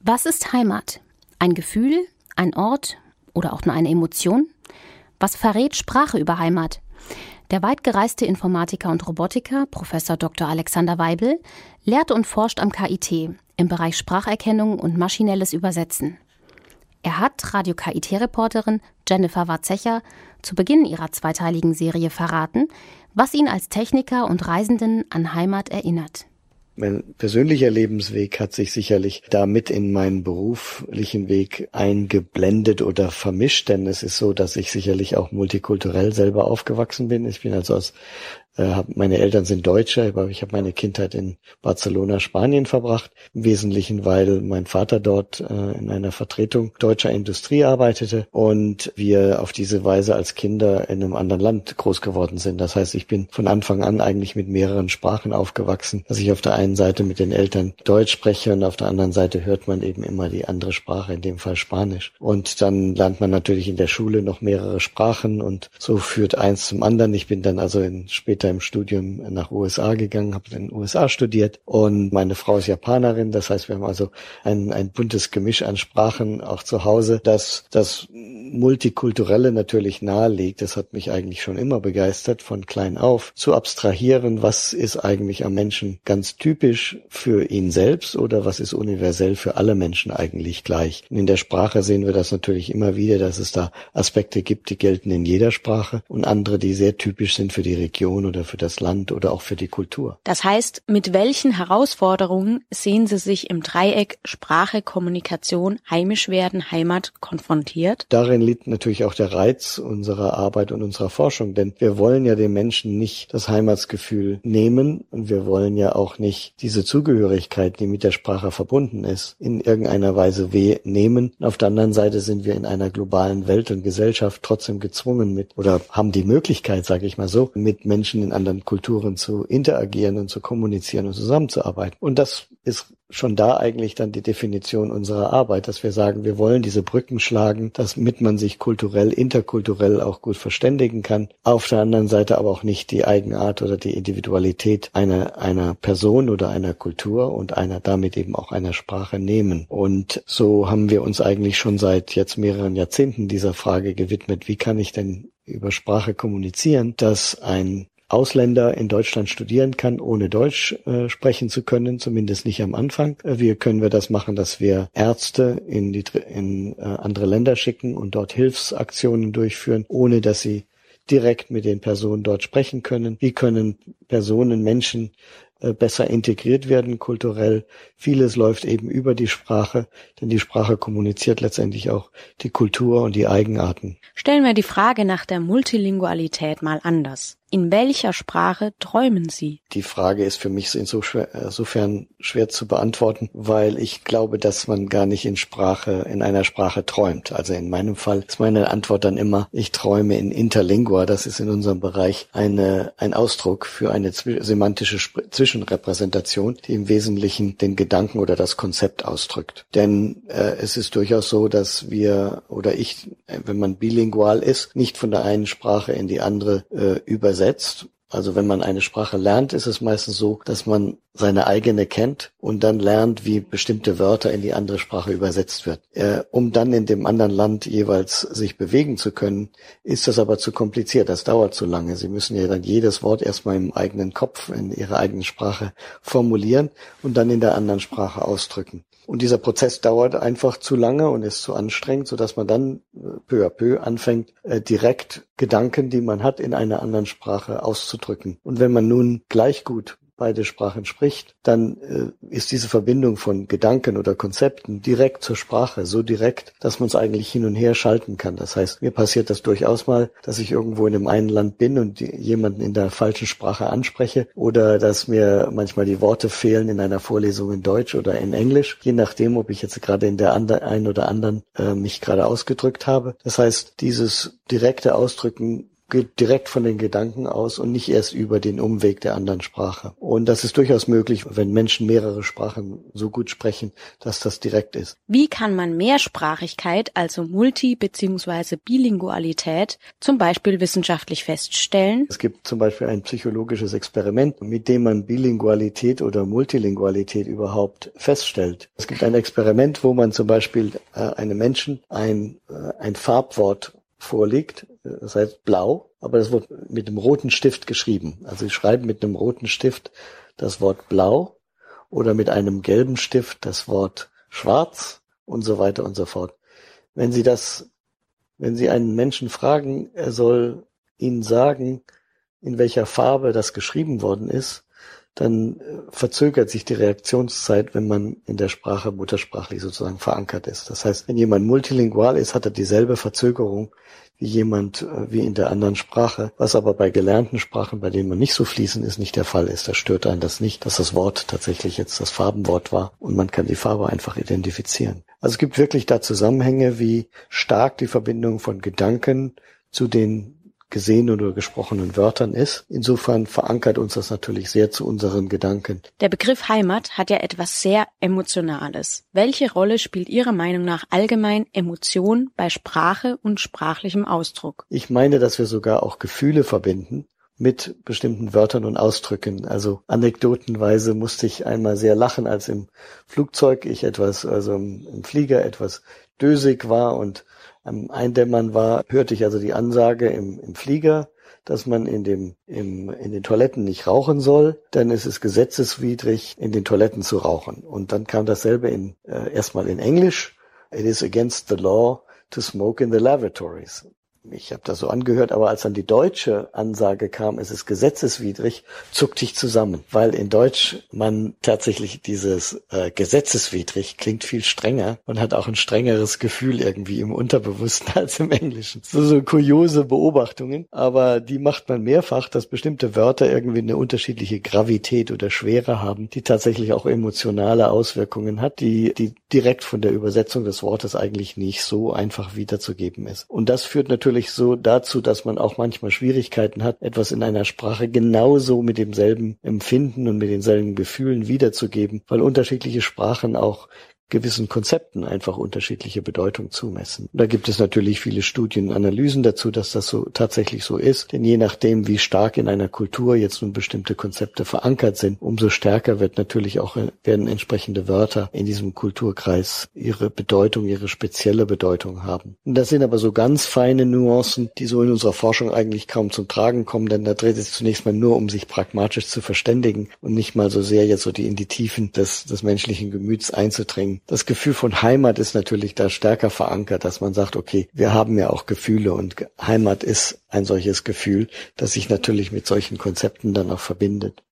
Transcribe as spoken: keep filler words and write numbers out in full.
Was ist Heimat? Ein Gefühl, ein Ort oder auch nur eine Emotion? Was verrät Sprache über Heimat? Der weitgereiste Informatiker und Robotiker, Professor Doktor Alexander Weibel, lehrt und forscht am K I T im Bereich Spracherkennung und maschinelles Übersetzen. Er hat Radio-K I T-Reporterin Jennifer Warzecher zu Beginn ihrer zweiteiligen Serie verraten, was ihn als Techniker und Reisenden an Heimat erinnert. Mein persönlicher Lebensweg hat sich sicherlich damit in meinen beruflichen Weg eingeblendet oder vermischt, denn es ist so, dass ich sicherlich auch multikulturell selber aufgewachsen bin. Ich bin also aus Äh, meine Eltern sind Deutsche, aber ich habe meine Kindheit in Barcelona, Spanien verbracht. Im Wesentlichen, weil mein Vater dort äh, in einer Vertretung deutscher Industrie arbeitete und wir auf diese Weise als Kinder in einem anderen Land groß geworden sind. Das heißt, ich bin von Anfang an eigentlich mit mehreren Sprachen aufgewachsen, dass ich auf der einen Seite mit den Eltern Deutsch spreche und auf der anderen Seite hört man eben immer die andere Sprache, in dem Fall Spanisch. Und dann lernt man natürlich in der Schule noch mehrere Sprachen und so führt eins zum anderen. Ich bin dann also in später im Studium nach U S A gegangen, habe in den U S A studiert und meine Frau ist Japanerin, das heißt, wir haben also ein, ein buntes Gemisch an Sprachen auch zu Hause, das das Multikulturelle natürlich nahelegt. Das hat mich eigentlich schon immer begeistert, von klein auf zu abstrahieren, was ist eigentlich am Menschen ganz typisch für ihn selbst oder was ist universell für alle Menschen eigentlich gleich. Und in der Sprache sehen wir das natürlich immer wieder, dass es da Aspekte gibt, die gelten in jeder Sprache und andere, die sehr typisch sind für die Region oder für das Land oder auch für die Kultur. Das heißt, mit welchen Herausforderungen sehen Sie sich im Dreieck Sprache, Kommunikation, Heimischwerden, Heimat konfrontiert? Darin liegt natürlich auch der Reiz unserer Arbeit und unserer Forschung, denn wir wollen ja den Menschen nicht das Heimatsgefühl nehmen und wir wollen ja auch nicht diese Zugehörigkeit, die mit der Sprache verbunden ist, in irgendeiner Weise wehnehmen. Auf der anderen Seite sind wir in einer globalen Welt und Gesellschaft trotzdem gezwungen mit oder haben die Möglichkeit, sage ich mal so, mit Menschen in anderen Kulturen zu interagieren und zu kommunizieren und zusammenzuarbeiten. Und das ist schon da eigentlich dann die Definition unserer Arbeit, dass wir sagen, wir wollen diese Brücken schlagen, damit man sich kulturell, interkulturell auch gut verständigen kann. Auf der anderen Seite aber auch nicht die Eigenart oder die Individualität einer, einer Person oder einer Kultur und einer damit eben auch einer Sprache nehmen. Und so haben wir uns eigentlich schon seit jetzt mehreren Jahrzehnten dieser Frage gewidmet, wie kann ich denn über Sprache kommunizieren, dass ein Ausländer in Deutschland studieren kann, ohne Deutsch äh, sprechen zu können, zumindest nicht am Anfang. Äh, wie können wir das machen, dass wir Ärzte in, die, in äh, andere Länder schicken und dort Hilfsaktionen durchführen, ohne dass sie direkt mit den Personen dort sprechen können? Wie können Personen, Menschen äh, besser integriert werden kulturell? Vieles läuft eben über die Sprache, denn die Sprache kommuniziert letztendlich auch die Kultur und die Eigenarten. Stellen wir die Frage nach der Multilingualität mal anders. In welcher Sprache träumen Sie? Die Frage ist für mich insofern schwer zu beantworten, weil ich glaube, dass man gar nicht in Sprache, in einer Sprache träumt. Also in meinem Fall ist meine Antwort dann immer, ich träume in Interlingua. Das ist in unserem Bereich eine, ein Ausdruck für eine semantische Zwischenrepräsentation, die im Wesentlichen den Gedanken oder das Konzept ausdrückt. Denn äh, es ist durchaus so, dass wir oder ich, wenn man bilingual ist, nicht von der einen Sprache in die andere äh, übersetzt. Also wenn man eine Sprache lernt, ist es meistens so, dass man seine eigene kennt und dann lernt, wie bestimmte Wörter in die andere Sprache übersetzt wird. Äh, um dann in dem anderen Land jeweils sich bewegen zu können, ist das aber zu kompliziert, das dauert zu lange. Sie müssen ja dann jedes Wort erstmal im eigenen Kopf, in Ihrer eigenen Sprache formulieren und dann in der anderen Sprache ausdrücken. Und dieser Prozess dauert einfach zu lange und ist zu anstrengend, sodass man dann peu à peu anfängt, direkt Gedanken, die man hat, in einer anderen Sprache auszudrücken. Und wenn man nun gleich gut beide Sprachen spricht, dann äh, ist diese Verbindung von Gedanken oder Konzepten direkt zur Sprache so direkt, dass man es eigentlich hin und her schalten kann. Das heißt, mir passiert das durchaus mal, dass ich irgendwo in einem einen Land bin und die, jemanden in der falschen Sprache anspreche oder dass mir manchmal die Worte fehlen in einer Vorlesung in Deutsch oder in Englisch, je nachdem, ob ich jetzt gerade in der andre, einen oder anderen äh, mich gerade ausgedrückt habe. Das heißt, dieses direkte Ausdrücken geht direkt von den Gedanken aus und nicht erst über den Umweg der anderen Sprache. Und das ist durchaus möglich, wenn Menschen mehrere Sprachen so gut sprechen, dass das direkt ist. Wie kann man Mehrsprachigkeit, also Multi- bzw. Bilingualität, zum Beispiel wissenschaftlich feststellen? Es gibt zum Beispiel ein psychologisches Experiment, mit dem man Bilingualität oder Multilingualität überhaupt feststellt. Es gibt ein Experiment, wo man zum Beispiel äh, einem Menschen ein, äh, ein Farbwort vorliegt, das heißt blau, aber das wird mit einem roten Stift geschrieben. Also sie schreiben mit einem roten Stift das Wort blau oder mit einem gelben Stift das Wort schwarz und so weiter und so fort. Wenn Sie das, wenn Sie einen Menschen fragen, er soll Ihnen sagen, in welcher Farbe das geschrieben worden ist, dann verzögert sich die Reaktionszeit, wenn man in der Sprache muttersprachlich sozusagen verankert ist. Das heißt, wenn jemand multilingual ist, hat er dieselbe Verzögerung wie jemand wie in der anderen Sprache, was aber bei gelernten Sprachen, bei denen man nicht so fließend ist, nicht der Fall ist. Da stört einen das nicht, dass das Wort tatsächlich jetzt das Farbenwort war und man kann die Farbe einfach identifizieren. Also es gibt wirklich da Zusammenhänge, wie stark die Verbindung von Gedanken zu den gesehenen oder gesprochenen Wörtern ist. Insofern verankert uns das natürlich sehr zu unseren Gedanken. Der Begriff Heimat hat ja etwas sehr Emotionales. Welche Rolle spielt Ihrer Meinung nach allgemein Emotion bei Sprache und sprachlichem Ausdruck? Ich meine, dass wir sogar auch Gefühle verbinden mit bestimmten Wörtern und Ausdrücken. Also anekdotenweise musste ich einmal sehr lachen, als im Flugzeug ich etwas, also im Flieger etwas dösig war und am Eindämmern war, hörte ich also die Ansage im, im Flieger, dass man in dem, im, in den Toiletten nicht rauchen soll, denn es ist gesetzeswidrig, in den Toiletten zu rauchen. Und dann kam dasselbe in, äh, erstmal in Englisch. It is against the law to smoke in the lavatories. Ich habe das so angehört, aber als dann die deutsche Ansage kam, es ist gesetzeswidrig, zuckte ich zusammen, weil in Deutsch man tatsächlich dieses äh, gesetzeswidrig klingt viel strenger und hat auch ein strengeres Gefühl irgendwie im Unterbewussten als im Englischen. So, so kuriose Beobachtungen, aber die macht man mehrfach, dass bestimmte Wörter irgendwie eine unterschiedliche Gravität oder Schwere haben, die tatsächlich auch emotionale Auswirkungen hat, die, die direkt von der Übersetzung des Wortes eigentlich nicht so einfach wiederzugeben ist. Und das führt natürlich so dazu, dass man auch manchmal Schwierigkeiten hat, etwas in einer Sprache genauso mit demselben Empfinden und mit denselben Gefühlen wiederzugeben, weil unterschiedliche Sprachen auch gewissen Konzepten einfach unterschiedliche Bedeutung zumessen. Da gibt es natürlich viele Studien und Analysen dazu, dass das so tatsächlich so ist, denn je nachdem, wie stark in einer Kultur jetzt nun bestimmte Konzepte verankert sind, umso stärker wird natürlich auch, werden entsprechende Wörter in diesem Kulturkreis ihre Bedeutung, ihre spezielle Bedeutung haben. Und das sind aber so ganz feine Nuancen, die so in unserer Forschung eigentlich kaum zum Tragen kommen, denn da dreht es zunächst mal nur um sich pragmatisch zu verständigen und nicht mal so sehr jetzt so die in die Tiefen des, des menschlichen Gemüts einzudringen. Das Gefühl von Heimat ist natürlich da stärker verankert, dass man sagt, okay, wir haben ja auch Gefühle und Heimat ist ein solches Gefühl, das sich natürlich mit solchen Konzepten dann auch verbindet.